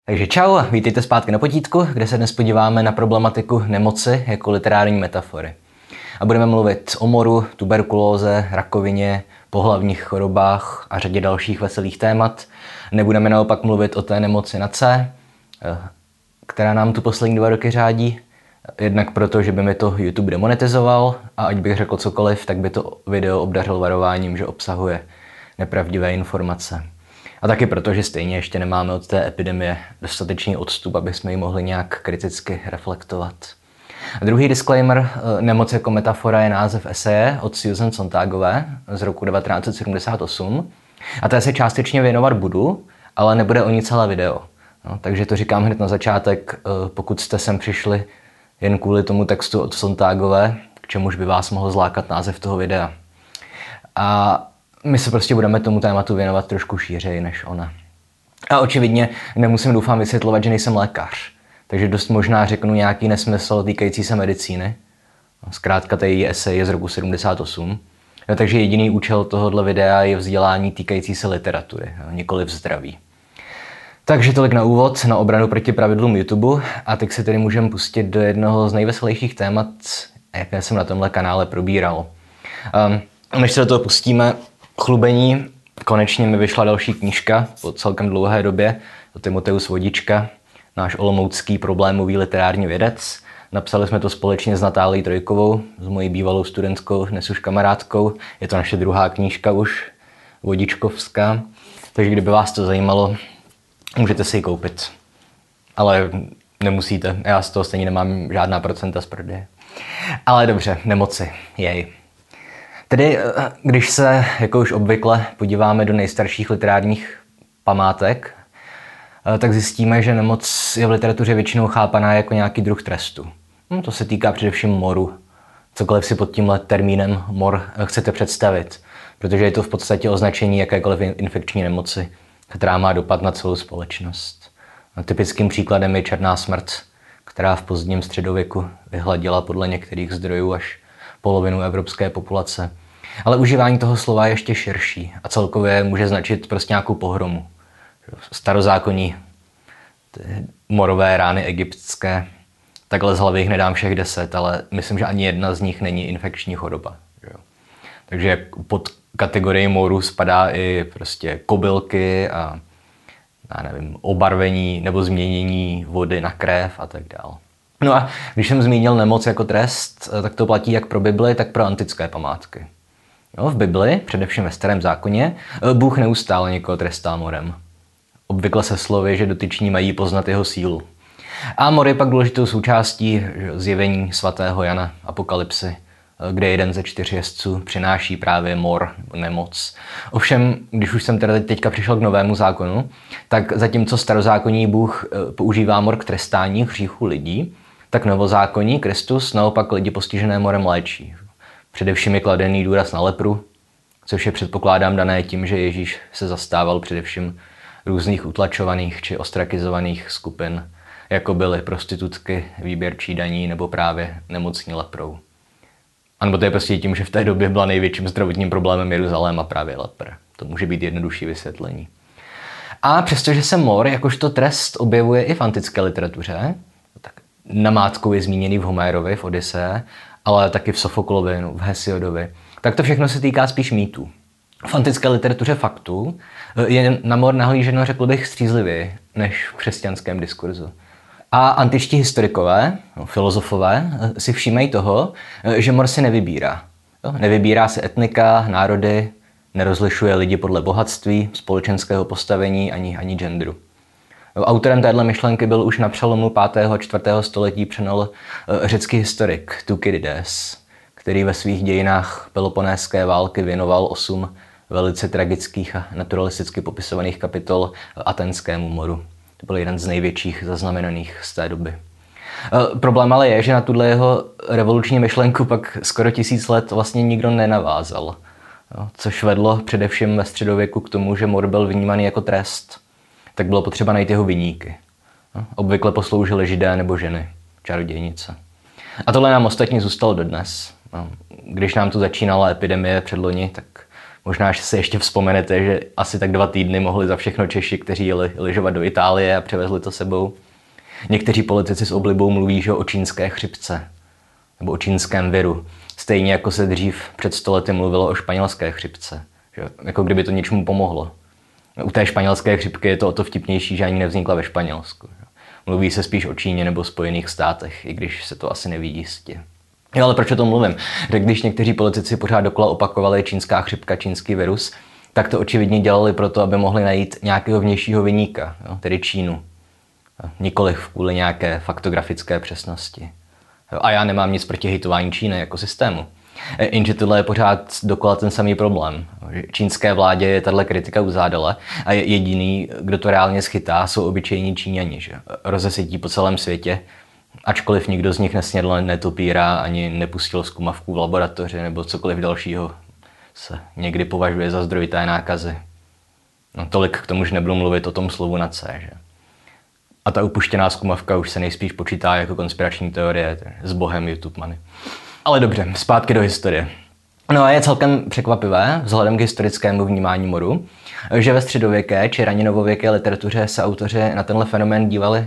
Takže čau, vítejte zpátky na potítku, kde se dnes podíváme na problematiku nemoci jako literární metafory. A budeme mluvit o moru, tuberkulóze, rakovině, pohlavních chorobách a řadě dalších veselých témat. Nebudeme naopak mluvit o té nemoci na C, která nám tu poslední 2 roky řádí. Jednak proto, že by mi to YouTube demonetizoval a ať bych řekl cokoliv, tak by to video obdařil varováním, že obsahuje nepravdivé informace. A taky proto, že stejně ještě nemáme od té epidemie dostatečný odstup, aby jsme ji mohli nějak kriticky reflektovat. A druhý disclaimer, nemoc jako metafora je název eseje od Susan Sontagové z roku 1978. A té se částečně věnovat budu, ale nebude o ní celé video. No, takže to říkám hned na začátek, pokud jste sem přišli jen kvůli tomu textu od Sontagové, k čemuž by vás mohl zlákat název toho videa. A my se prostě budeme tomu tématu věnovat trošku šířeji než ona. A očividně nemusím, doufám, vysvětlovat, že nejsem lékař. Takže dost možná řeknu nějaký nesmysl týkající se medicíny. Zkrátka té její esej je z roku 78. No, takže jediný účel tohohle videa je vzdělání týkající se literatury, nikoliv zdraví. Takže tolik na úvod, na obranu proti pravidlům YouTube. A teď si tedy můžeme pustit do jednoho z nejveselějších témat, jaké jsem na tomhle kanále probíral. Než se do toho pustíme, chlubení, konečně mi vyšla další knížka po celkem dlouhé době, Timoteus Vodička, náš olomoucký problémový literární vědec. Napsali jsme to společně s Natálií Trojkovou, s mojí bývalou studentskou, dnes už kamarádkou. Je to naše druhá knížka už, vodičkovská. Takže kdyby vás to zajímalo, můžete si ji koupit. Ale nemusíte, já z toho stejně nemám žádná procenta z prodeje. Ale dobře, nemoci, jej. Tedy, když se, jako už obvykle, podíváme do nejstarších literárních památek, tak zjistíme, že nemoc je v literatuře většinou chápaná jako nějaký druh trestu. To se týká především moru. Cokoliv si pod tímhle termínem mor chcete představit, protože je to v podstatě označení jakékoliv infekční nemoci, která má dopad na celou společnost. Typickým příkladem je černá smrt, která v pozdním středověku vyhladila podle některých zdrojů až polovinu evropské populace. Ale užívání toho slova je ještě širší a celkově může značit prostě nějakou pohromu. Starozákonní, morové rány egyptské, takhle z hlavy jich nedám všech 10, ale myslím, že ani jedna z nich není infekční choroba. Takže pod kategorii moru spadá i prostě kobylky a já nevím, obarvení nebo změnění vody na krev a tak dále. No a když jsem zmínil nemoc jako trest, tak to platí jak pro Bibli, tak pro antické památky. V Bibli, především ve Starém zákoně, Bůh neustále někoho trestá morem. Obvykle se slovy, že dotyční mají poznat jeho sílu. A mor je pak důležitou součástí zjevení svatého Jana, Apokalypsy, kde jeden ze 4 jezdců přináší právě mor, nemoc. Ovšem, když už jsem teda teďka přišel k Novému zákonu, tak zatímco starozákonní Bůh používá mor k trestání hříchů lidí, tak novozákonní Kristus naopak lidi postižené morem léčí. Především je kladený důraz na lepru, což je předpokládám dané tím, že Ježíš se zastával především různých utlačovaných či ostrakizovaných skupin, jako byly prostitutky, výběrčí daní nebo právě nemocní leprou. A nebo to je prostě tím, že v té době byla největším zdravotním problémem Jeruzaléma právě lepr. To může být jednodušší vysvětlení. A přestože se mor jakožto trest objevuje i v antické literatuře, tak namátkou je zmíněný v Homérovi, v Odyseje, ale taky v Sofoklovi, v Hesiodovi, tak to všechno se týká spíš mýtů. V antické literatuře faktů je na mor nahlíženo, řekl bych, střízlivěji než v křesťanském diskurzu. A antičtí historikové, filozofové, si všímají toho, že mor si nevybírá. Nevybírá si etnika, národy, nerozlišuje lidi podle bohatství, společenského postavení ani genderu. Autorem téhle myšlenky byl už na přelomu 5. a 4. století přenal řecký historik Tukydides, který ve svých dějinách Peloponéské války věnoval 8 velice tragických a naturalisticky popisovaných kapitol Atenskému moru. To byl jeden z největších zaznamenaných z té doby. Problém ale je, že na tuhle jeho revoluční myšlenku pak skoro 1000 let vlastně nikdo nenavázal. Což vedlo především ve středověku k tomu, že mor byl vnímaný jako trest. Tak bylo potřeba najít jeho viníky. Obvykle posloužili židé nebo ženy, čarodějnice. A tohle nám ostatně zůstalo dodnes. Když nám tu začínala epidemie předloni, tak Možná, že si ještě vzpomenete, že asi tak 2 týdny mohli za všechno Češi, kteří jeli lyžovat do Itálie a převezli to sebou. Někteří politici s oblibou mluví, že o čínské chřipce nebo o čínském viru. Stejně jako se dřív před 100 lety mluvilo o španělské chřipce. Že? Jako kdyby to něčemu pomohlo. U té španělské chřipky je to o to vtipnější, že ani nevznikla ve Španělsku. Že? Mluví se spíš o Číně nebo Spojených státech, i když se to asi neví jistě. Jo, ale proč o tom mluvím? Že když někteří politici pořád dokola opakovali čínská chřipka, čínský virus, tak to očividně dělali proto, aby mohli najít nějakého vnějšího viníka, jo? Tedy Čínu. Nikoliv kvůli nějaké faktografické přesnosti. A já nemám nic proti hejtování Číny jako systému. Jenže tohle je pořád dokola ten samý problém. Čínské vládě je tato kritika uzádala a jediný, kdo to reálně schytá, jsou obyčejní Číňani. Že? Rozesytí po celém světě, ačkoliv nikdo z nich nesnědl netopíra ani nepustil zkumavku v laboratoři nebo cokoliv dalšího se někdy považuje za zdroj té nákazy. No, tolik k tomu, že nebudu mluvit o tom slovu na C. Že? A ta upuštěná zkumavka už se nejspíš počítá jako konspirační teorie s bohem YouTube money. Ale dobře, zpátky do historie. No a je celkem překvapivé, vzhledem k historickému vnímání moru, že ve středověké či raninovověké literatuře se autoři na tenhle fenomén dívali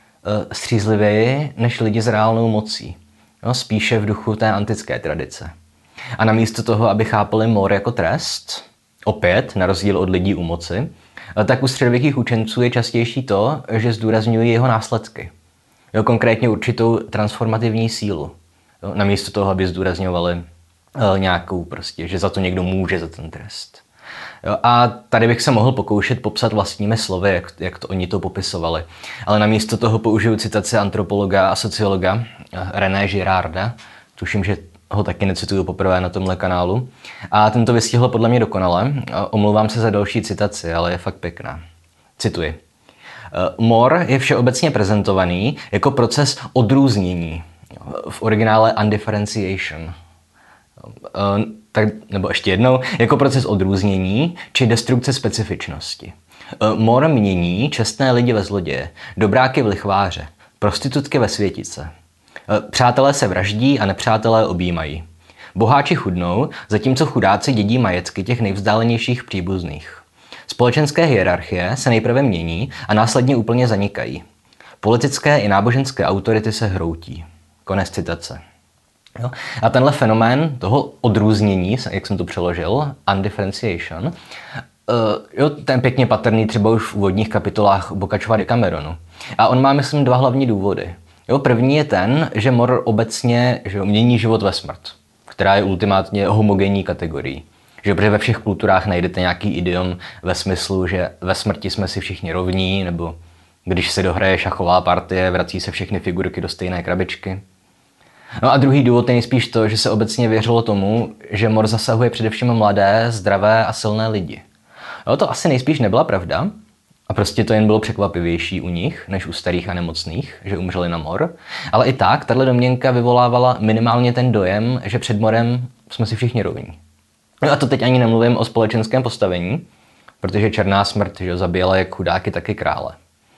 střízlivěji než lidi s reálnou mocí. No, spíše v duchu té antické tradice. A namísto toho, aby chápali mor jako trest, opět na rozdíl od lidí u moci, tak u středověkých učenců je častější to, že zdůrazňují jeho následky. Jo, konkrétně určitou transformativní sílu. Jo, namísto toho, aby zdůrazňovali nějakou prostě, že za to někdo může za ten trest. Jo, a tady bych se mohl pokoušet popsat vlastními slovy, jak to oni to popisovali. Ale namísto toho použiju citaci antropologa a sociologa René Girarda, tuším, že ho taky necituju poprvé na tomhle kanálu. A ten to vystihl podle mě dokonale. Omlouvám se za další citaci, ale je fakt pěkná. Cituji. Mor je všeobecně prezentovaný jako proces odrůznění. V originále undifferentiation. Nebo ještě jednou, jako proces odrůznění či destrukce specifičnosti. Mor mění čestné lidi ve zloděje, dobráky v lichváře, prostitutky ve světice. Přátelé se vraždí a nepřátelé objímají. Boháči chudnou, zatímco chudáci dědí majetky těch nejvzdálenějších příbuzných. Společenské hierarchie se nejprve mění a následně úplně zanikají. Politické i náboženské autority se hroutí. Konec citace. Jo? A tenhle fenomén toho odrůznění, jak jsem to přeložil, undifferentiation, ten pěkně patrný třeba už v úvodních kapitolách Boccacciova Decameronu. A on má, myslím, 2 hlavní důvody. Jo, první je ten, že mor obecně mění život ve smrt, která je ultimátně homogenní kategorií. Že protože ve všech kulturách najdete nějaký idiom ve smyslu, že ve smrti jsme si všichni rovní, nebo když se dohraje šachová partie, vrací se všechny figurky do stejné krabičky. No a druhý důvod je nejspíš to, že se obecně věřilo tomu, že mor zasahuje především mladé, zdravé a silné lidi. No, to asi nejspíš nebyla pravda, a prostě to jen bylo překvapivější u nich, než u starých a nemocných, že umřeli na mor. Ale i tak, tato domněnka vyvolávala minimálně ten dojem, že před morem jsme si všichni rovní. No a to teď ani nemluvím o společenském postavení, protože černá smrt že zabíjela jak chudáky, tak i krále.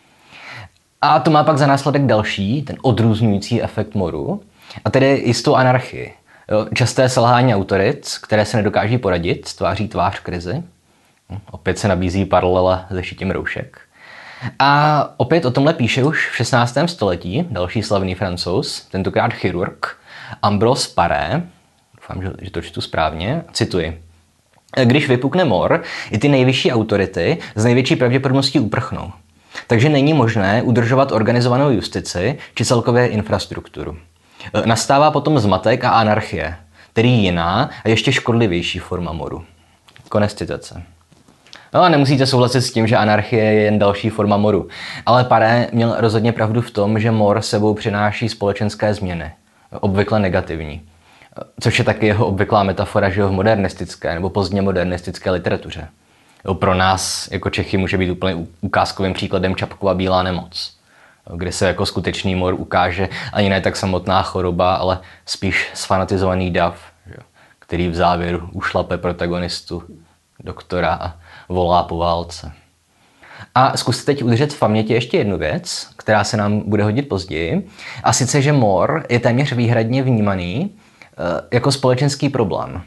A to má pak za následek další, ten odrůzňující efekt moru, a tedy jistou anarchii. Časté selhání autorit, které se nedokáží poradit, tváří tvář krizi. Opět se nabízí paralela se šitím roušek. A opět o tomhle píše už v 16. století další slavný Francouz, tentokrát chirurg, Ambrose Paré, doufám, že to čtu správně, cituji. Když vypukne mor, i ty nejvyšší autority z největší pravděpodobností uprchnou. Takže není možné udržovat organizovanou justici či celkově infrastrukturu. Nastává potom zmatek a anarchie, tedy jiná a ještě škodlivější forma moru. Konec citace. No a nemusíte souhlasit s tím, že anarchie je jen další forma moru. Ale Paré měl rozhodně pravdu v tom, že mor sebou přináší společenské změny. Obvykle negativní. Což je taky jeho obvyklá metafora, že v modernistické nebo pozdně modernistické literatuře. Pro nás jako Čechy může být úplně ukázkovým příkladem Čapkova Bílá nemoc, kde se jako skutečný mor ukáže ani ne tak samotná choroba, ale spíš sfanatizovaný dav, který v závěru ušlape protagonistu doktora a volá po válce. A zkuste teď udržet v paměti ještě jednu věc, která se nám bude hodit později, a sice, že mor je téměř výhradně vnímaný jako společenský problém.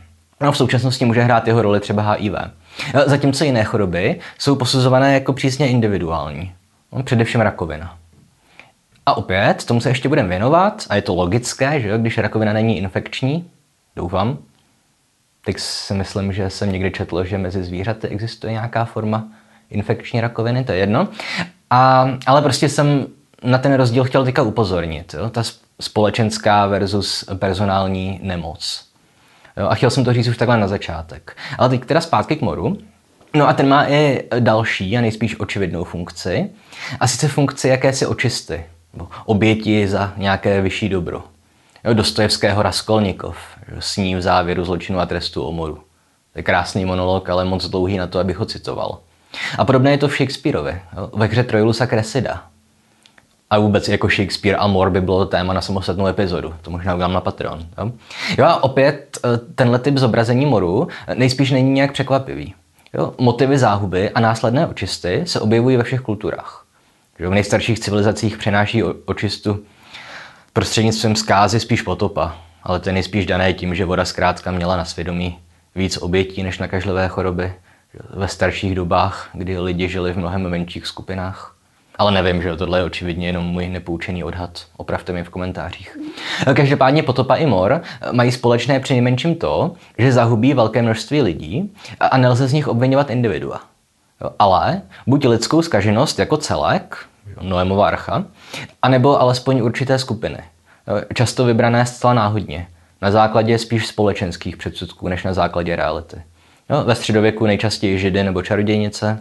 No, v současnosti může hrát jeho roli třeba HIV. Zatímco jiné choroby jsou posuzované jako přísně individuální. No, především rakovina. A opět, tomu se ještě budeme věnovat a je to logické, že jo, když rakovina není infekční, doufám, tak si myslím, že jsem někdy četl, že mezi zvířaty existuje nějaká forma infekční rakoviny, to je jedno. Ale prostě jsem na ten rozdíl chtěl teďka upozornit. Jo? Ta společenská versus personální nemoc. Jo? A chtěl jsem to říct už takhle na začátek. Ale teď teda zpátky k moru. No a ten má i další a nejspíš očividnou funkci. A sice funkci jakési očisty. Oběti za nějaké vyšší dobro. Jo? Dostojevského Raskolnikov sní v závěru Zločinu a trestu o moru. To je krásný monolog, ale moc dlouhý na to, abych ho citoval. A podobné je to v Shakespeareovi, ve hře Troilus a Cressida. A vůbec jako Shakespeare a mor by bylo téma na samostatnou epizodu. To možná udělám na Patreon. Jo a opět tenhle typ zobrazení moru nejspíš není nějak překvapivý. Jo? Motivy záhuby a následné očisty se objevují ve všech kulturách. V nejstarších civilizacích přináší očistu prostřednictvím zkázy spíš potopa. Ale to je nejspíš dané tím, že voda zkrátka měla na svědomí víc obětí než nakažlivé choroby. Ve starších dobách, kdy lidi žili v mnohem menších skupinách. Ale nevím, že tohle je očividně jenom můj nepoučený odhad. Opravte mi v komentářích. Každopádně potopa i mor mají společné přinejmenším to, že zahubí velké množství lidí a nelze z nich obvinovat individua. Ale buď lidskou zkaženost jako celek, Noémova archa, anebo alespoň určité skupiny. Často vybrané zcela náhodně, na základě spíš společenských předsudků než na základě reality. Ve středověku nejčastěji židy nebo čarodějnice.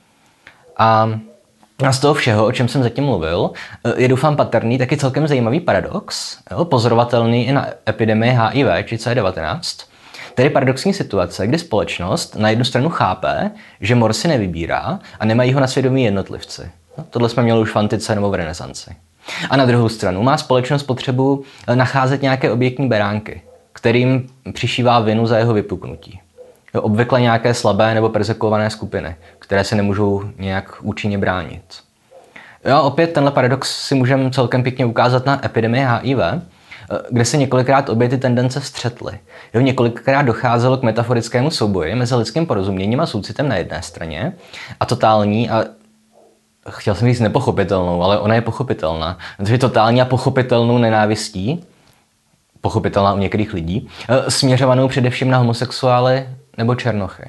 A z toho všeho, o čem jsem zatím mluvil, je doufám patrný taky celkem zajímavý paradox, pozorovatelný i na epidemii HIV či C19, tedy paradoxní situace, kdy společnost na jednu stranu chápe, že mor si nevybírá a nemají ho na svědomí jednotlivci. Tohle jsme měli už v antice nebo v renesanci. A na druhou stranu má společnost potřebu nacházet nějaké obětní beránky, kterým přišívá vinu za jeho vypuknutí. Obvykle nějaké slabé nebo perzekvované skupiny, které se nemůžou nějak účinně bránit. Jo, opět tenhle paradox si můžeme celkem pěkně ukázat na epidemii HIV, kde se několikrát obě ty tendence střetly. Jo, několikrát docházelo k metaforickému souboji mezi lidským porozuměním a soucitem na jedné straně a totální a chtěl jsem říct nepochopitelnou, ale ona je pochopitelná. Takže totální a pochopitelnou nenávistí, pochopitelná u některých lidí, směřovanou především na homosexuály nebo černochy.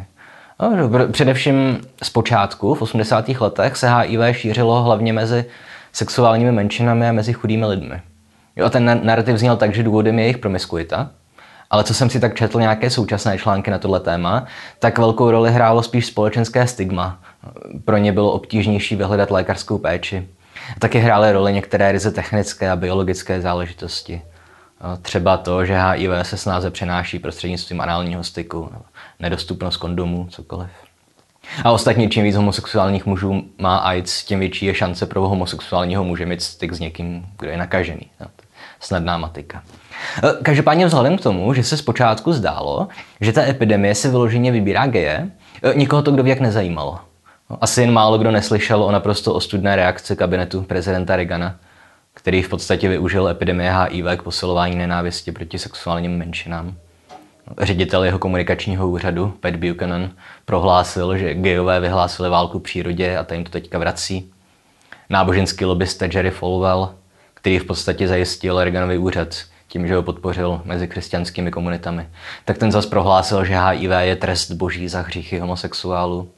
Především zpočátku, v 80. letech, se HIV šířilo hlavně mezi sexuálními menšinami a mezi chudými lidmi. Jo, ten narrativ zněl tak, že důvodem je jejich promiskuita, ale co jsem si tak četl nějaké současné články na tohle téma, tak velkou roli hrálo spíš společenské stigma. Pro ně bylo obtížnější vyhledat lékařskou péči. Taky hrály roli některé ryze technické a biologické záležitosti. Třeba to, že HIV se snáze přenáší prostřednictvím análního styku, nedostupnost kondomů, cokoliv. A ostatně, čím víc homosexuálních mužů má AIDS, tím větší je šance pro homosexuálního muže mít styk s někým, kdo je nakažený. Snadná matika. Každopádně vzhledem k tomu, že se zpočátku zdálo, že ta epidemie si vyloženě vybírá geje, nikoho to kdověk nezajímalo. Asi jen málo kdo neslyšel o naprosto ostudné reakci kabinetu prezidenta Reagana, který v podstatě využil epidemie HIV k posilování nenávisti proti sexuálním menšinám. Ředitel jeho komunikačního úřadu, Pat Buchanan, prohlásil, že gejové vyhlásili válku přírodě a ta jim to teďka vrací. Náboženský lobbysta Jerry Falwell, který v podstatě zajistil Reaganový úřad tím, že ho podpořil mezi křesťanskými komunitami, tak ten zas prohlásil, že HIV je trest boží za hříchy homosexuálů.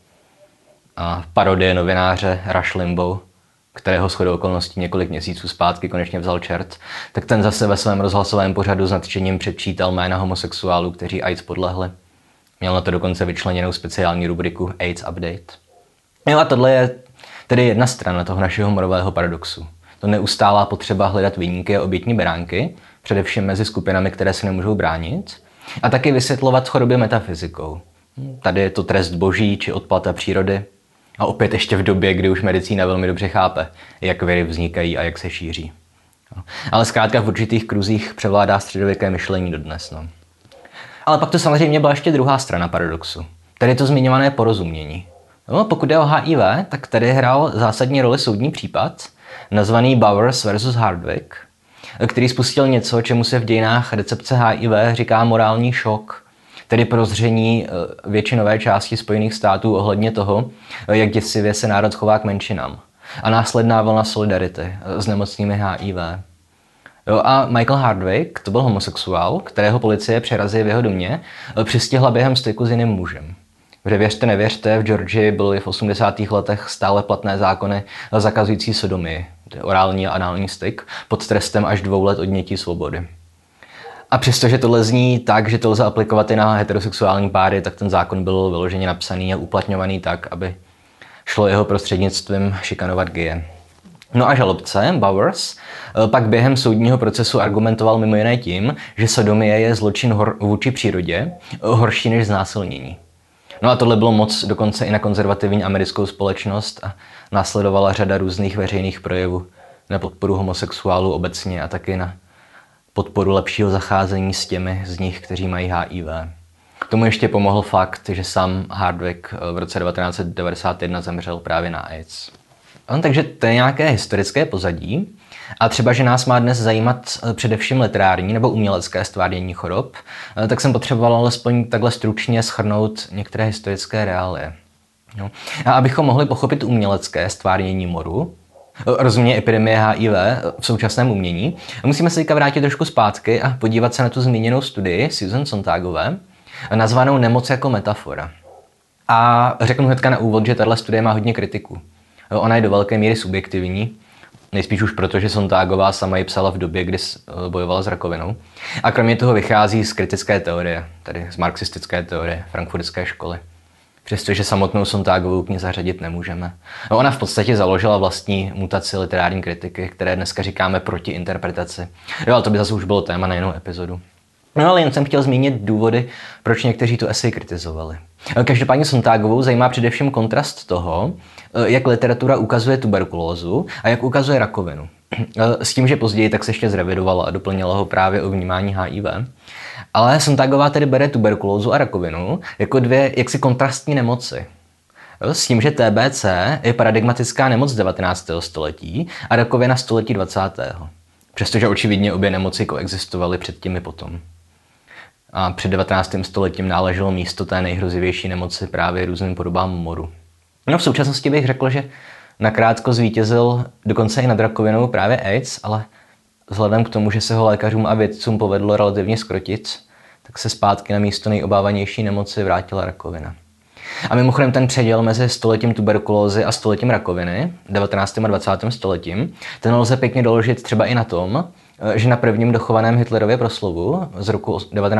A parodie novináře Rush Limbaugh, kterého shodou okolností několik měsíců zpátky konečně vzal čert, tak ten zase ve svém rozhlasovém pořadu s nadšením předčítal jména homosexuálů, kteří AIDS podlehli. Měl na to dokonce vyčleněnou speciální rubriku AIDS Update. No a tohle je tedy jedna strana toho našeho morového paradoxu. To neustálá potřeba hledat viníky a obětní beránky, především mezi skupinami, které se nemůžou bránit, a taky vysvětlovat choroby metafyzikou. Tady je to trest boží či odplata přírody. A opět ještě v době, kdy už medicína velmi dobře chápe, jak viry vznikají a jak se šíří. Ale zkrátka v určitých kruzích převládá středověké myšlení dodnes. No. Ale pak to samozřejmě byla ještě druhá strana paradoxu. Tedy to zmiňované porozumění. No, pokud je o HIV, tak tady hrál zásadní roli soudní případ, nazvaný Bowers versus Hardwick, který spustil něco, čemu se v dějinách recepce HIV říká morální šok. tedy prozření většinové části Spojených států ohledně toho, jak děsivě se národ chová k menšinám. A následná vlna solidarity s nemocnými HIV. Jo, a Michael Hardwick, to byl homosexuál, kterého policie přerazí v jeho domě, přistihla během styku s jiným mužem. Protože věřte, nevěřte, v Georgii byly v 80. letech stále platné zákony zakazující sodomii, orální a anální styk, pod trestem až 2 let odnětí svobody. A přestože tohle zní tak, že to lze aplikovat i na heterosexuální páry, tak ten zákon byl vyloženě napsaný a uplatňovaný tak, aby šlo jeho prostřednictvím šikanovat geje. No a žalobce, Bowers, pak během soudního procesu argumentoval mimo jiné tím, že sodomie je zločin vůči přírodě, horší než znásilnění. No a tohle bylo moc dokonce i na konzervativní americkou společnost a následovala řada různých veřejných projevů na podporu homosexuálů obecně a taky na podporu lepšího zacházení s těmi z nich, kteří mají HIV. Tomu ještě pomohl fakt, že sám Hardwick v roce 1991 zemřel právě na AIDS. Takže to je nějaké historické pozadí. A třeba, že nás má dnes zajímat především literární nebo umělecké stvárnění chorob, tak jsem potřeboval alespoň takhle stručně shrnout některé historické reálie. No. A abychom mohli pochopit umělecké stvárnění moru, rozuměj epidemie HIV v současném umění, musíme se teďka vrátit trošku zpátky a podívat se na tu zmíněnou studii Susan Sontagové, nazvanou Nemoc jako metafora. A řeknu hnedka na úvod, že tato studie má hodně kritiků. Ona je do velké míry subjektivní, nejspíš už proto, že Sontagová sama ji psala v době, kdy bojovala s rakovinou. A kromě toho vychází z kritické teorie, tedy z marxistické teorie frankfurtské školy. Přestože samotnou Sontagovou k ní zařadit nemůžeme. Ona v podstatě založila vlastní mutaci literární kritiky, které dneska říkáme protiinterpretaci. Ale to by zase už bylo téma na jinou epizodu. No ale jen jsem chtěl zmínit důvody, proč někteří tu esej kritizovali. Každopádně Sontagovou zajímá především kontrast toho, jak literatura ukazuje tuberkulózu a jak ukazuje rakovinu. S tím, že později tak se ještě zrevidovala a doplnila ho právě o vnímání HIV. Ale Sontagová tedy bere tuberkulózu a rakovinu jako 2 jaksi kontrastní nemoci. S tím, že TBC je paradigmatická nemoc 19. století a rakovina století 20. Přestože očividně obě nemoci koexistovaly předtím i potom. A před 19. stoletím náleželo místo té nejhrozivější nemoci právě různým podobám moru. No v současnosti bych řekl, že nakrátko zvítězil dokonce i nad rakovinou právě AIDS, ale vzhledem k tomu, že se ho lékařům a vědcům povedlo relativně zkrotit, tak se zpátky na místo nejobávanější nemoci vrátila rakovina. A mimochodem ten předěl mezi stoletím tuberkulózy a stoletím rakoviny, 19. a 20. stoletím, ten lze pěkně doložit třeba i na tom, že na prvním dochovaném Hitlerově proslovu z roku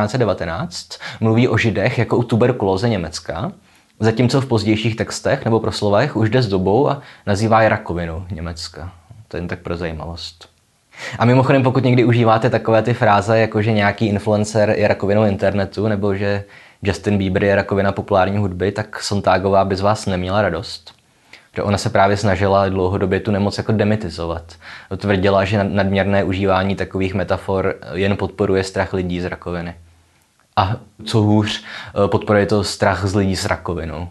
1919 mluví o Židech jako o tuberkulóze Německa, zatímco v pozdějších textech nebo proslovech už jde s dobou a nazývá je rakovinu Německa. To je jen tak pro zajímavost. A mimochodem, pokud někdy užíváte takové ty fráze, jako že nějaký influencer je rakovinou internetu, nebo že Justin Bieber je rakovina populární hudby, tak Sontagová by z vás neměla radost. Že ona se právě snažila dlouhodobě tu nemoc jako demitizovat. Tvrdila, že nadměrné užívání takových metafor jen podporuje strach lidí z rakoviny. A co hůř, podporuje to strach z lidí s rakovinou.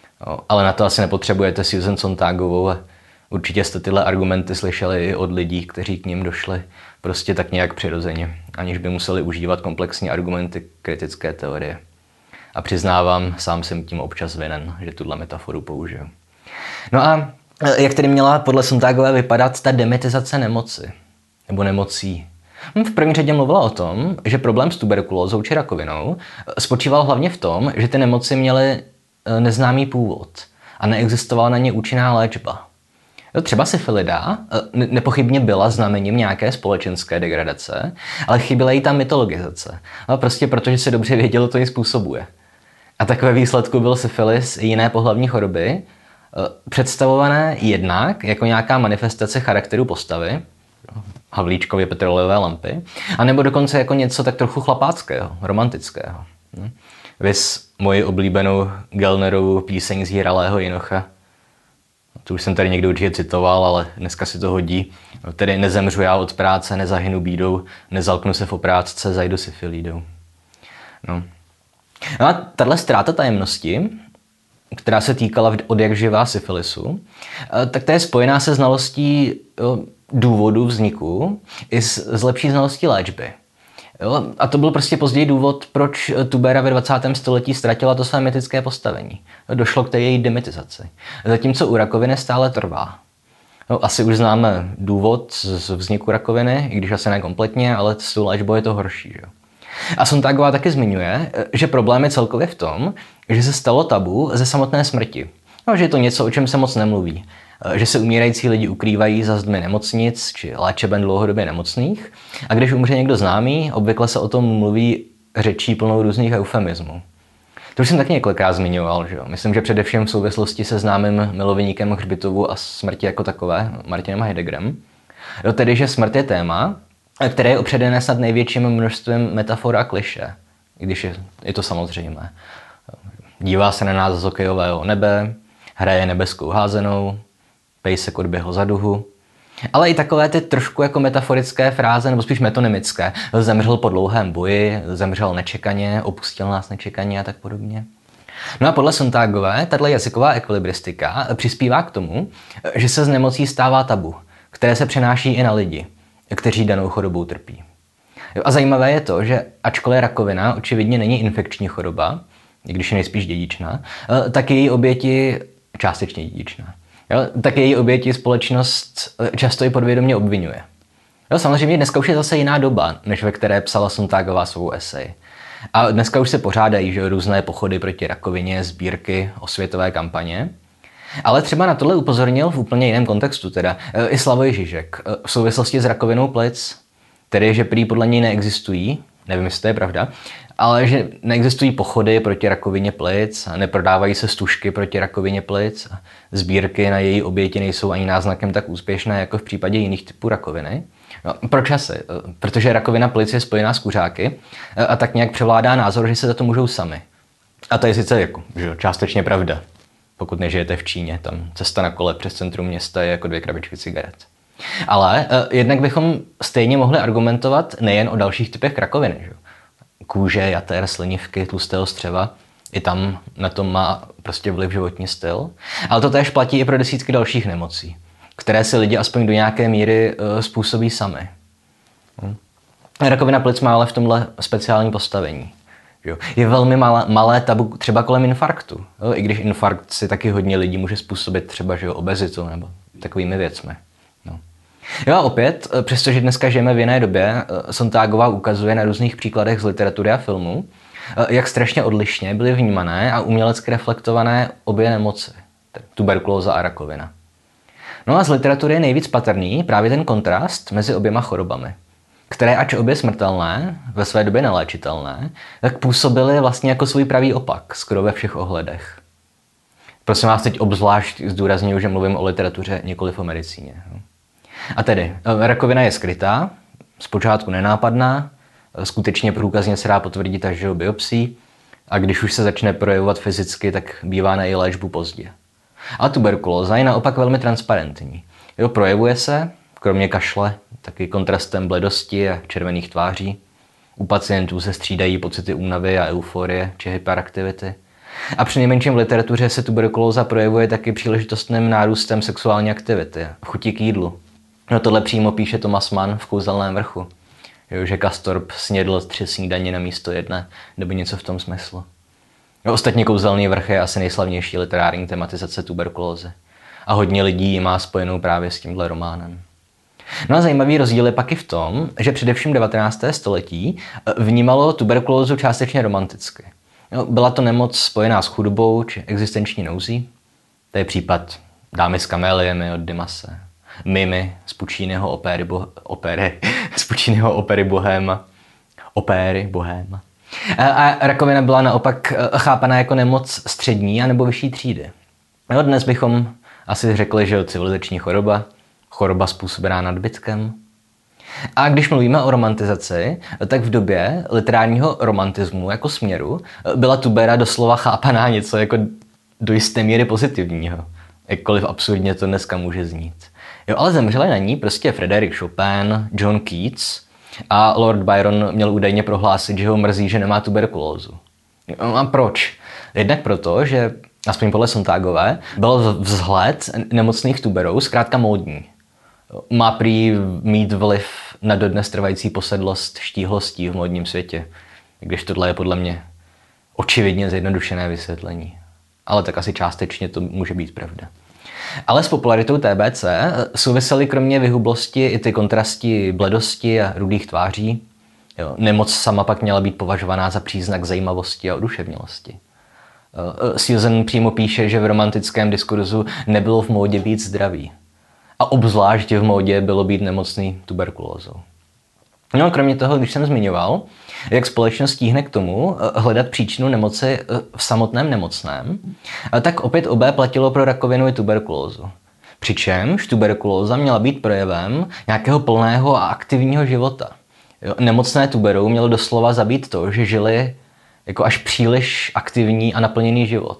Ale na to asi nepotřebujete Susan Sontagovou a určitě jste tyhle argumenty slyšeli i od lidí, kteří k ním došli prostě tak nějak přirozeně, aniž by museli užívat komplexní argumenty kritické teorie. A přiznávám, sám jsem tím občas vinen, že tuhle metaforu použiju. No a jak tedy měla podle Sontagové vypadat ta demitizace nemoci? Nebo nemocí? V první řadě mluvila o tom, že problém s tuberkulózou či rakovinou spočíval hlavně v tom, že ty nemoci měly neznámý původ a neexistovala na ně účinná léčba. Třeba syfilida nepochybně byla znamením nějaké společenské degradace, ale chyběla jí tam mytologizace. Prostě protože se dobře vědělo, co ji způsobuje. A tak ve výsledku byl syfilis i jiné pohlavní choroby představované jednak jako nějaká manifestace charakteru postavy, Havlíčkově petrolejové lampy, anebo dokonce jako něco tak trochu chlapáckého, romantického. Viz moji oblíbenou Gellnerovu píseň Zíralého jinocha. To už jsem tady někdo určitě citoval, ale dneska si to hodí. Tedy nezemřu já od práce, nezahynu bídou, nezalknu se v oprátce, zajdu syfilídou. No a tahle ztráta tajemnosti, která se týkala od jak živá syfilisu, tak ta je spojená se znalostí důvodu vzniku i s lepší znalostí léčby. Jo? A to byl prostě později důvod, proč Tubera ve 20. století ztratila to své mytické postavení. Došlo k té její demitizaci. Zatímco u rakoviny stále trvá. No, asi už známe důvod z vzniku rakoviny, i když asi ne kompletně, ale s tou léčbou je to horší. Že? A Sontagová taky zmiňuje, že problém je celkově v tom, že se stalo tabu ze samotné smrti. No, že je to něco, o čem se moc nemluví. Že se umírající lidi ukrývají za zdmi nemocnic či léčeben dlouhodobě nemocných. A když umře někdo známý, obvykle se o tom mluví řečí plnou různých eufemismů. To už jsem taky několikrát zmiňoval, že jo? Myslím, že především v souvislosti se známým milovníkem hřbitovu a smrti jako takové, Martinem Heideggerem. Jo, tedy, že smrt je téma, které je opředené snad největším množstvím metafor a klišé, i když je to samozřejmé. Dívá se na nás z hokejového nebe, hraje nebeskou házenou, pejsek odběhl za duhu. Ale i takové ty trošku jako metaforické fráze, nebo spíš metonymické. Zemřel po dlouhém boji, zemřel nečekaně, opustil nás nečekaně a tak podobně. No a podle Sontagové, tato jazyková ekvilibristika přispívá k tomu, že se z nemocí stává tabu, které se přenáší i na lidi, kteří danou chorobou trpí. A zajímavé je to, že ačkoliv rakovina očividně není infekční choroba, i když je nejspíš dědičná, tak její oběti částečně dědičná. Jo, tak její oběti společnost často i podvědomě obvinuje. Jo, samozřejmě dneska už je zase jiná doba, než ve které psala Sontagová svou esej. A dneska už se pořádají že, různé pochody proti rakovině, sbírky, osvětové kampaně. Ale třeba na tohle upozornil v úplně jiném kontextu, teda i Slavoj Žižek, v souvislosti s rakovinou plic, tedy že prý podle něj neexistují, nevím, jestli to je pravda, ale že neexistují pochody proti rakovině plic, neprodávají se stužky proti rakovině plic, sbírky na její oběti nejsou ani náznakem tak úspěšné jako v případě jiných typů rakoviny. No, proč asi? Protože rakovina plic je spojená s kuřáky a tak nějak převládá názor, že se za to můžou sami. A to je sice jako, že částečně pravda, pokud nežijete v Číně, tam cesta na kole přes centrum města je jako 2 krabičky cigaret. Ale jednak bychom stejně mohli argumentovat nejen o dalších typech rakoviny. Že? Kůže, jater, slinivky, tlustého střeva, i tam na tom má prostě vliv životní styl. Ale to též platí i pro desítky dalších nemocí, které si lidi aspoň do nějaké míry způsobí sami. Rakovina plic má ale v tomhle speciální postavení. Je velmi malé tabu třeba kolem infarktu. I když infarkt si taky hodně lidí může způsobit třeba že obezitu nebo takovými věcmi. No. Jo a opět, přestože dneska žijeme v jiné době, Sontagová ukazuje na různých příkladech z literatury a filmu, jak strašně odlišně byly vnímané a umělecky reflektované obě nemoci, tuberkulóza a rakovina. No a z literatury je nejvíc patrný právě ten kontrast mezi oběma chorobami, které ač obě smrtelné, ve své době neléčitelné, tak působily vlastně jako svůj pravý opak, skoro ve všech ohledech. Prosím vás, teď obzvlášť zdůrazňuji, že mluvím o literatuře, nikoliv o medicíně. A tedy, rakovina je skrytá, zpočátku nenápadná, skutečně průkazně se dá potvrdit až biopsií a když už se začne projevovat fyzicky, tak bývá na její léčbu pozdě. A tuberkulóza je naopak velmi transparentní. Jo, projevuje se, kromě kašle, taky kontrastem bledosti a červených tváří. U pacientů se střídají pocity únavy a euforie či hyperaktivity. A přinejmenším v literatuře se tuberkulóza projevuje taky příležitostným nárůstem sexuální aktivity, chuti k jídlu. No tohle přímo píše Thomas Mann v Kouzelném vrchu. Jo, že Castorp snědl 3 snídaně na místo 1, nebo něco v tom smyslu. No, ostatně Kouzelný vrch je asi nejslavnější literární tematizace tuberkulózy. A hodně lidí ji má spojenou právě s tímhle románem. No a zajímavý rozdíl je pak i v tom, že především 19. století vnímalo tuberkulózu částečně romanticky. No, byla to nemoc spojená s chudobou či existenční nouzí. To je případ Dámy s kaméliemi od Dimase, Mimy z Pucciniho opery Bohéma. A rakovina byla naopak chápaná jako nemoc střední a nebo vyšší třídy. No, dnes bychom asi řekli, že je civilizační choroba způsobená nadbytkem. A když mluvíme o romantizaci, tak v době literárního romantismu jako směru byla tubera doslova chápaná něco jako do jisté míry pozitivního. Jakkoliv absurdně to dneska může znít. Jo, ale zemřeli na ní prostě Frédéric Chopin, John Keats a Lord Byron měl údajně prohlásit, že ho mrzí, že nemá tuberkulózu. A proč? Jednak proto, že aspoň podle Sontagové byl vzhled nemocných tuberou zkrátka módní. Má prý mít vliv na dodnes trvající posedlost štíhlostí v módním světě. Když tohle je podle mě očividně zjednodušené vysvětlení. Ale tak asi částečně to může být pravda. Ale s popularitou TBC souvisely kromě vyhublosti i ty kontrasti bledosti a rudých tváří. Jo, nemoc sama pak měla být považovaná za příznak zajímavosti a oduševnělosti. Susan přímo píše, že v romantickém diskurzu nebylo v módě být zdravý. A obzvlášť v módě bylo být nemocný tuberkulózou. No a kromě toho, když jsem zmiňoval, jak společnost tíhne k tomu hledat příčinu nemoci v samotném nemocném, tak opět obé platilo pro rakovinu i tuberkulózu. Přičemž tuberkulóza měla být projevem nějakého plného a aktivního života. Nemocné tuberou mělo doslova zabít to, že žili jako až příliš aktivní a naplněný život.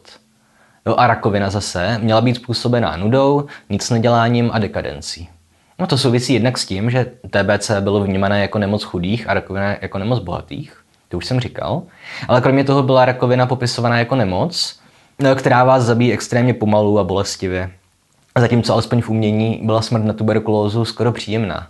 A rakovina zase měla být způsobená nudou, nicneděláním a dekadencí. No to souvisí jednak s tím, že TBC bylo vnímané jako nemoc chudých a rakovina jako nemoc bohatých, to už jsem říkal, ale kromě toho byla rakovina popisovaná jako nemoc, která vás zabíjí extrémně pomalu a bolestivě. Zatímco alespoň v umění byla smrt na tuberkulózu skoro příjemná.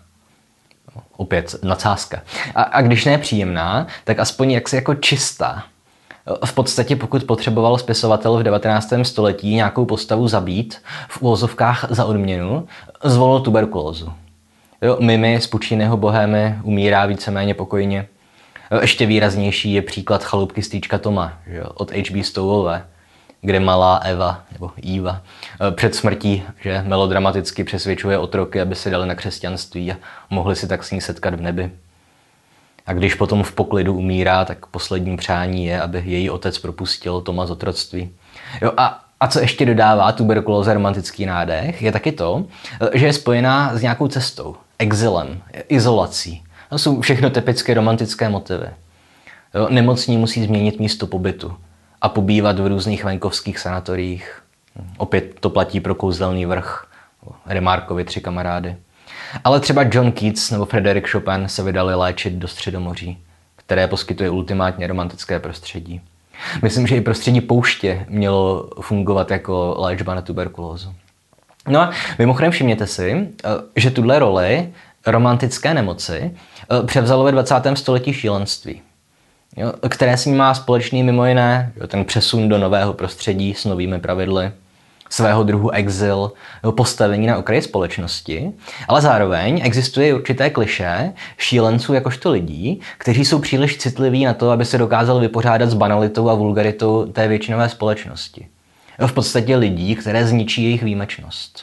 Opět nadsázka. A když ne příjemná, tak aspoň jaksi jako čistá. V podstatě pokud potřeboval spisovatel v 19. století nějakou postavu zabít, v uvozovkách za odměnu, zvolil tuberkulózu. Mimi z Pucciniho Bohémy umírá víceméně pokojně. Ještě výraznější je příklad Chalupky strýčka Toma od H.B. Stowellové, kde malá Eva, nebo Eva, před smrtí, že melodramaticky přesvědčuje otroky, aby se dali na křesťanství a mohli si tak s ní setkat v nebi. A když potom v poklidu umírá, tak poslední přání je, aby její otec propustil Toma z otroctví. A co ještě dodává tuberkulóza romantický nádech, je taky to, že je spojená s nějakou cestou, exilem, izolací. To jsou všechno typické romantické motivy. Nemocní musí změnit místo pobytu a pobývat v různých venkovských sanatoriích. Opět to platí pro Kouzelný vrch, Remarkovi 3 kamarády. Ale třeba John Keats nebo Frédéric Chopin se vydali léčit do Středomoří, které poskytuje ultimátně romantické prostředí. Myslím, že i prostředí pouště mělo fungovat jako léčba na tuberkulózu. No a mimochodem všimněte si, že tuhle roli romantické nemoci převzalo ve 20. století šílenství, které s ním má společný mimo jiné ten přesun do nového prostředí s novými pravidly, svého druhu exil, postavení na okraji společnosti, ale zároveň existuje určité klišé šílenců jakožto lidí, kteří jsou příliš citliví na to, aby se dokázali vypořádat s banalitou a vulgaritou té většinové společnosti. V podstatě lidí, které zničí jejich výjimečnost.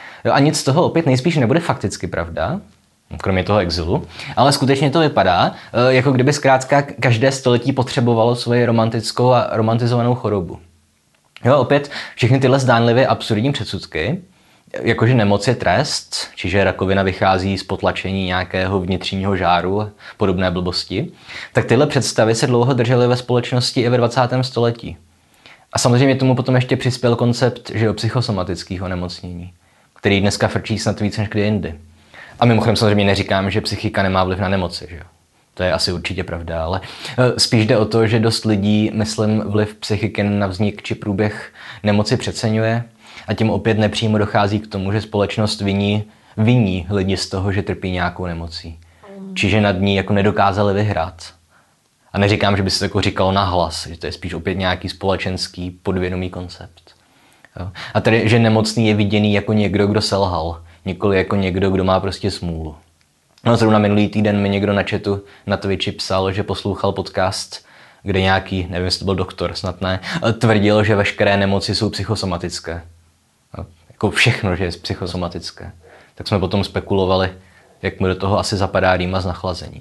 A nic z toho opět nejspíš nebude fakticky pravda, kromě toho exilu, ale skutečně to vypadá, jako kdyby zkrátka každé století potřebovalo svoji romantickou a romantizovanou chorobu. Opět všechny tyhle zdánlivě absurdní předsudky, jakože nemoc je trest, čiže rakovina vychází z potlačení nějakého vnitřního žáru a podobné blbosti, tak tyhle představy se dlouho držely ve společnosti i ve 20. století. A samozřejmě tomu potom ještě přispěl koncept psychosomatických onemocnění, který dneska frčí snad víc než kdy jindy. A mimochodem samozřejmě neříkám, že psychika nemá vliv na nemoci, že jo? To je asi určitě pravda, ale spíš jde o to, že dost lidí, myslím, vliv psychiky na vznik či průběh nemoci přeceňuje a tím opět nepřímo dochází k tomu, že společnost viní lidi z toho, že trpí nějakou nemocí. Čiže nad ní jako nedokázali vyhrát. A neříkám, že by se to jako říkalo nahlas, že to je spíš opět nějaký společenský podvědomý koncept. Jo? A tedy, že nemocný je viděný jako někdo, kdo selhal, nikoli jako někdo, kdo má prostě smůlu. No, zrovna minulý týden mi někdo na chatu na Twitchi psal, že poslouchal podcast, kde nějaký, nevím, jestli to byl doktor, snad ne, tvrdil, že veškeré nemoci jsou psychosomatické. No, jako všechno, že je psychosomatické. Tak jsme potom spekulovali, jak mu do toho asi zapadá rýma z nachlazení.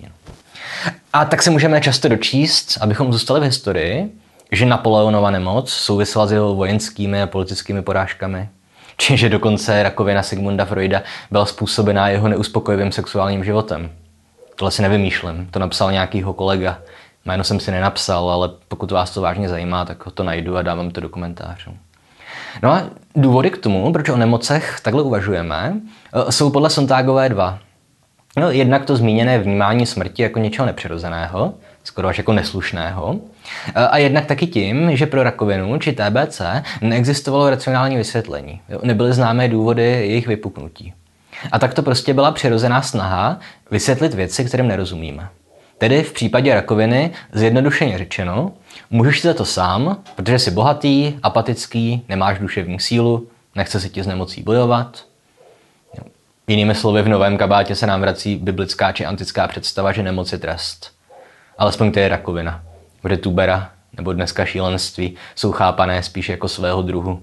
A tak se můžeme často dočíst, abychom zůstali v historii, že Napoleonova nemoc souvisela s jeho vojenskými a politickými porážkami. Čiže dokonce rakovina Sigmunda Freuda byla způsobená jeho neuspokojivým sexuálním životem. Tohle si nevymýšlím, to napsal nějakýho kolega. Jméno jsem si nenapsal, ale pokud vás to vážně zajímá, tak to najdu a dávám to do komentářů. No a důvody k tomu, proč o nemocech takhle uvažujeme, jsou podle Sontagové 2. No, jednak to zmíněné vnímání smrti jako něčeho nepřirozeného, skoro až jako neslušného, a jednak taky tím, že pro rakovinu či TBC neexistovalo racionální vysvětlení. Nebyly známé důvody jejich vypuknutí. A tak to prostě byla přirozená snaha vysvětlit věci, kterým nerozumíme. Tedy v případě rakoviny, zjednodušeně řečeno, můžeš si za to sám, protože jsi bohatý, apatický, nemáš duševní sílu, nechce si ti s nemocí bojovat. Jinými slovy, v Novém kabátě se nám vrací biblická či antická představa, že nemoc je trest. Alespoň to je rakovina, kde tubera nebo dneska šílenství jsou chápané spíš jako svého druhu.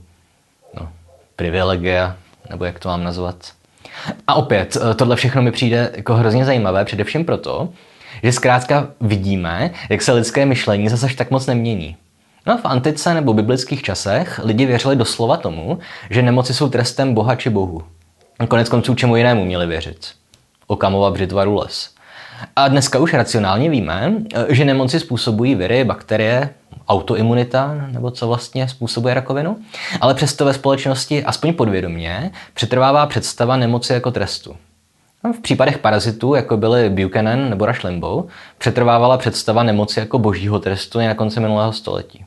Privilegia, nebo jak to mám nazvat. A opět, tohle všechno mi přijde jako hrozně zajímavé, především proto, že zkrátka vidíme, jak se lidské myšlení zase tak moc nemění. No, v antice nebo biblických časech lidi věřili doslova tomu, že nemoci jsou trestem Boha či bohu. Konec konců čemu jinému měli věřit. Okamova břitvaru les. A dneska už racionálně víme, že nemoci způsobují viry, bakterie, autoimunita, nebo co vlastně způsobuje rakovinu. Ale přesto ve společnosti, aspoň podvědomě, přetrvává představa nemoci jako trestu. V případech parazitů, jako byly Buchanan nebo Rush Limbaugh, přetrvávala představa nemoci jako božího trestu na konci minulého století.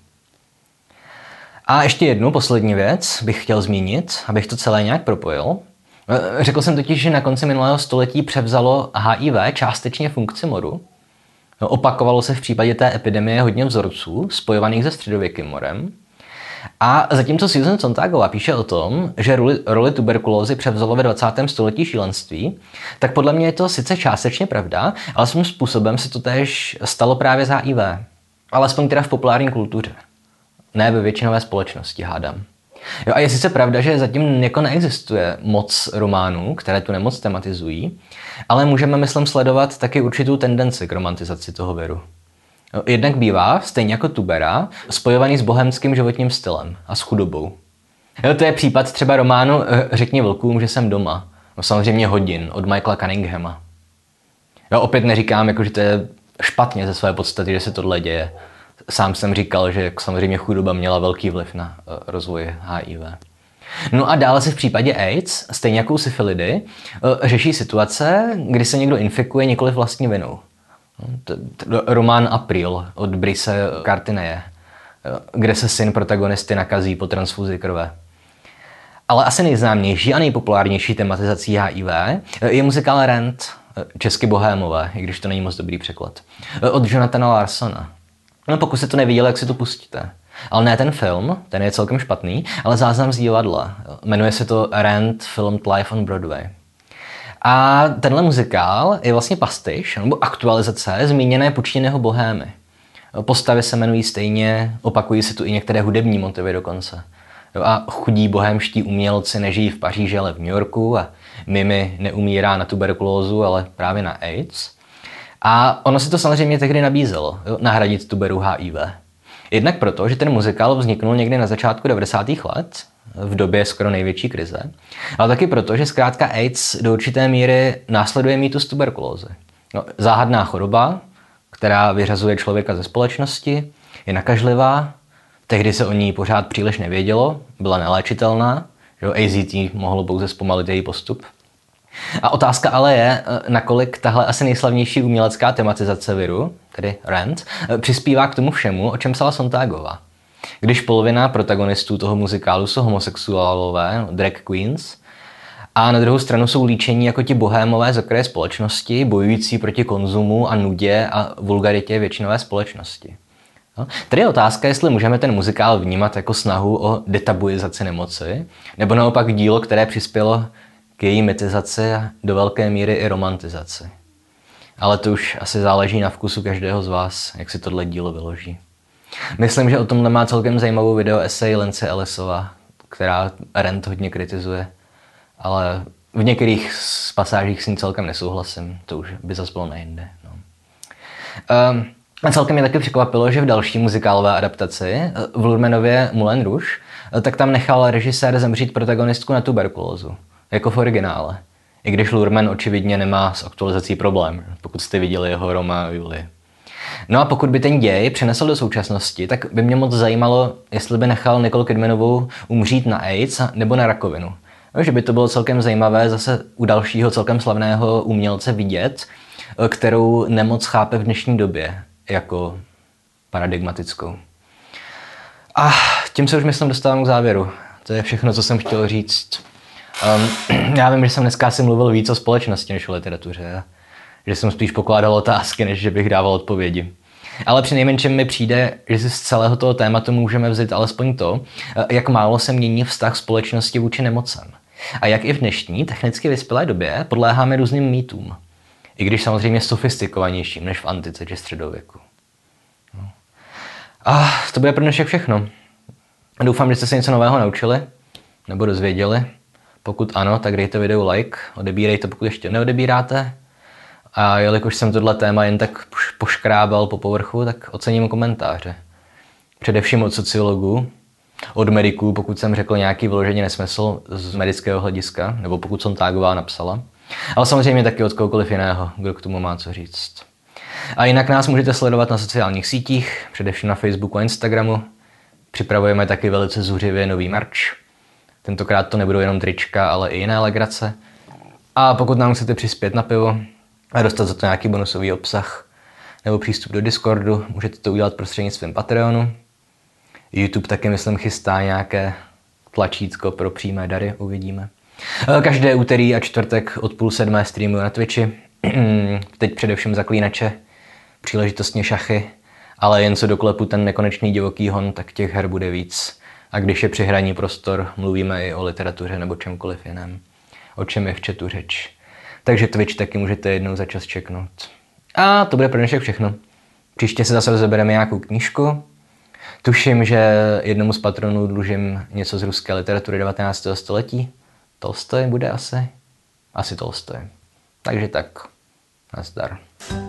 A ještě jednu poslední věc bych chtěl zmínit, abych to celé nějak propojil. Řekl jsem totiž, že na konci minulého století převzalo HIV částečně funkci moru. Opakovalo se v případě té epidemie hodně vzorců, spojovaných se středověkým morem. A zatímco Susan Sontagová píše o tom, že roli tuberkulózy převzalo ve 20. století šílenství, tak podle mě je to sice částečně pravda, ale svým způsobem se to též stalo právě s HIV. Alespoň teda v populární kultuře. Ne ve většinové společnosti, hádám. Jo, a je sice pravda, že zatím jako neexistuje moc románů, které tu nemoc tematizují, ale můžeme, myslím, sledovat taky určitou tendenci k romantizaci toho viru. Jednak bývá, stejně jako tubera, spojovaný s bohemským životním stylem a s chudobou. Jo, to je případ třeba románu Řekni vlkům, že jsem doma. No, samozřejmě Hodin od Michaela Cunninghama. Jo, opět neříkám, že to je špatně ze své podstaty, že se tohle děje. Sám jsem říkal, že samozřejmě chudoba měla velký vliv na rozvoj HIV. No a dále se v případě AIDS, stejně jako u syfilidy, řeší situace, kdy se někdo infikuje nikoliv vlastní vinou. Román April od Brice Cartineje, kde se syn protagonisty nakazí po transfuzi krve. Ale asi nejznámější a nejpopulárnější tematizací HIV je muzikál Rent, česky Bohémové, i když to není moc dobrý překlad, od Jonathana Larsona. No, pokud jste to neviděli, jak si to pustíte. Ale ne ten film, ten je celkem špatný, ale záznam z divadla. Jmenuje se to Rent Filmed Live on Broadway. A tenhle muzikál je vlastně pastiš, nebo aktualizace zmíněné Pucciniho Bohémy. Postavy se jmenují stejně, opakují se tu i některé hudební motivy dokonce. A chudí bohémští umělci nežijí v Paříži, ale v New Yorku a Mimi neumírá na tuberkulózu, ale právě na AIDS. A ono si to samozřejmě tehdy nabízelo, nahradit tuberu HIV. Jednak proto, že ten muzikál vzniknul někdy na začátku 90. let, v době skoro největší krize, ale taky proto, že zkrátka AIDS do určité míry následuje mýtus tuberkulózy. Záhadná choroba, která vyřazuje člověka ze společnosti, je nakažlivá, tehdy se o ní pořád příliš nevědělo, byla neléčitelná, že AZT mohlo pouze zpomalit její postup. A otázka ale je, nakolik tahle asi nejslavnější umělecká tematizace viru, tedy Rent, přispívá k tomu všemu, o čem psala Sontagová. Když polovina protagonistů toho muzikálu jsou homosexuálové, drag queens, a na druhou stranu jsou líčení jako ti bohémové z okraje společnosti, bojující proti konzumu a nudě a vulgaritě většinové společnosti. Tady je otázka, jestli můžeme ten muzikál vnímat jako snahu o detabuizaci nemoci, nebo naopak dílo, které přispělo k její mytizaci a do velké míry i romantizaci. Ale to už asi záleží na vkusu každého z vás, jak si tohle dílo vyloží. Myslím, že o tomhle má celkem zajímavou video esej Lindsay Ellisova, která Rent hodně kritizuje, ale v některých pasážích s ní celkem nesouhlasím, to už by zase bylo nejinde. No. A celkem mě taky překvapilo, že v další muzikálové adaptaci, v Lurmanově Moulin Rouge, tak tam nechal režisér zemřít protagonistku na tuberkulózu, jako v originále. I když Lurman očividně nemá s aktualizací problém, pokud jste viděli jeho Roma a Julie. No a pokud by ten děj přenesl do současnosti, tak by mě moc zajímalo, jestli by nechal Nicole Kidmanovou umřít na AIDS nebo na rakovinu. No, že by to bylo celkem zajímavé zase u dalšího celkem slavného umělce vidět, kterou nemoc chápe v dnešní době jako paradigmatickou. A tím se už myslím dostávám k závěru. To je všechno, co jsem chtěl říct. Já vím, že jsem dneska asi mluvil víc o společnosti než o literatuře. Že jsem spíš pokládal otázky, než že bych dával odpovědi. Ale přinejmenším mi přijde, že si z celého toho tématu můžeme vzít alespoň to, jak málo se mění vztah společnosti vůči nemocem. A jak i v dnešní technicky vyspělé době podléháme různým mýtům. I když samozřejmě sofistikovanějším než v antice či středověku. A to bude pro dnešek všechno. Doufám, že jste se něco nového naučili nebo dozvěděli. Pokud ano, tak dejte videu like, odebírejte, pokud ještě neodebíráte. A jelikož jsem tohle téma jen tak poškrábal po povrchu, tak ocením komentáře. Především od sociologů, od mediků, pokud jsem řekl nějaký vyloženě nesmysl z medického hlediska, nebo pokud Sontagová napsala. Ale samozřejmě taky od kohokoliv jiného, kdo k tomu má co říct. A jinak nás můžete sledovat na sociálních sítích, především na Facebooku a Instagramu. Připravujeme taky velice zuřivě nový merch. Tentokrát to nebudou jenom trička, ale i jiné legrace. A pokud nám chcete přispět na pivo a dostat za to nějaký bonusový obsah nebo přístup do Discordu, můžete to udělat prostřednictvím Patreonu. YouTube taky, myslím, chystá nějaké tlačítko pro přímé dary, uvidíme. Každé úterý a čtvrtek od 6:30 streamuju na Twitchi. Teď především Zaklínače, příležitostně šachy, ale jen co doklepu ten nekonečný divoký hon, tak těch her bude víc. A když je při hraní prostor, mluvíme i o literatuře nebo čemkoliv jiném, o čem je v chatu řeč. Takže Twitch taky můžete jednou za čas čeknout. A to bude pro dnešek všechno. Příště se zase rozebereme nějakou knížku. Tuším, že jednomu z patronů dlužím něco z ruské literatury 19. století. Tolstoj bude asi? Asi Tolstoj. Takže tak. Nazdar.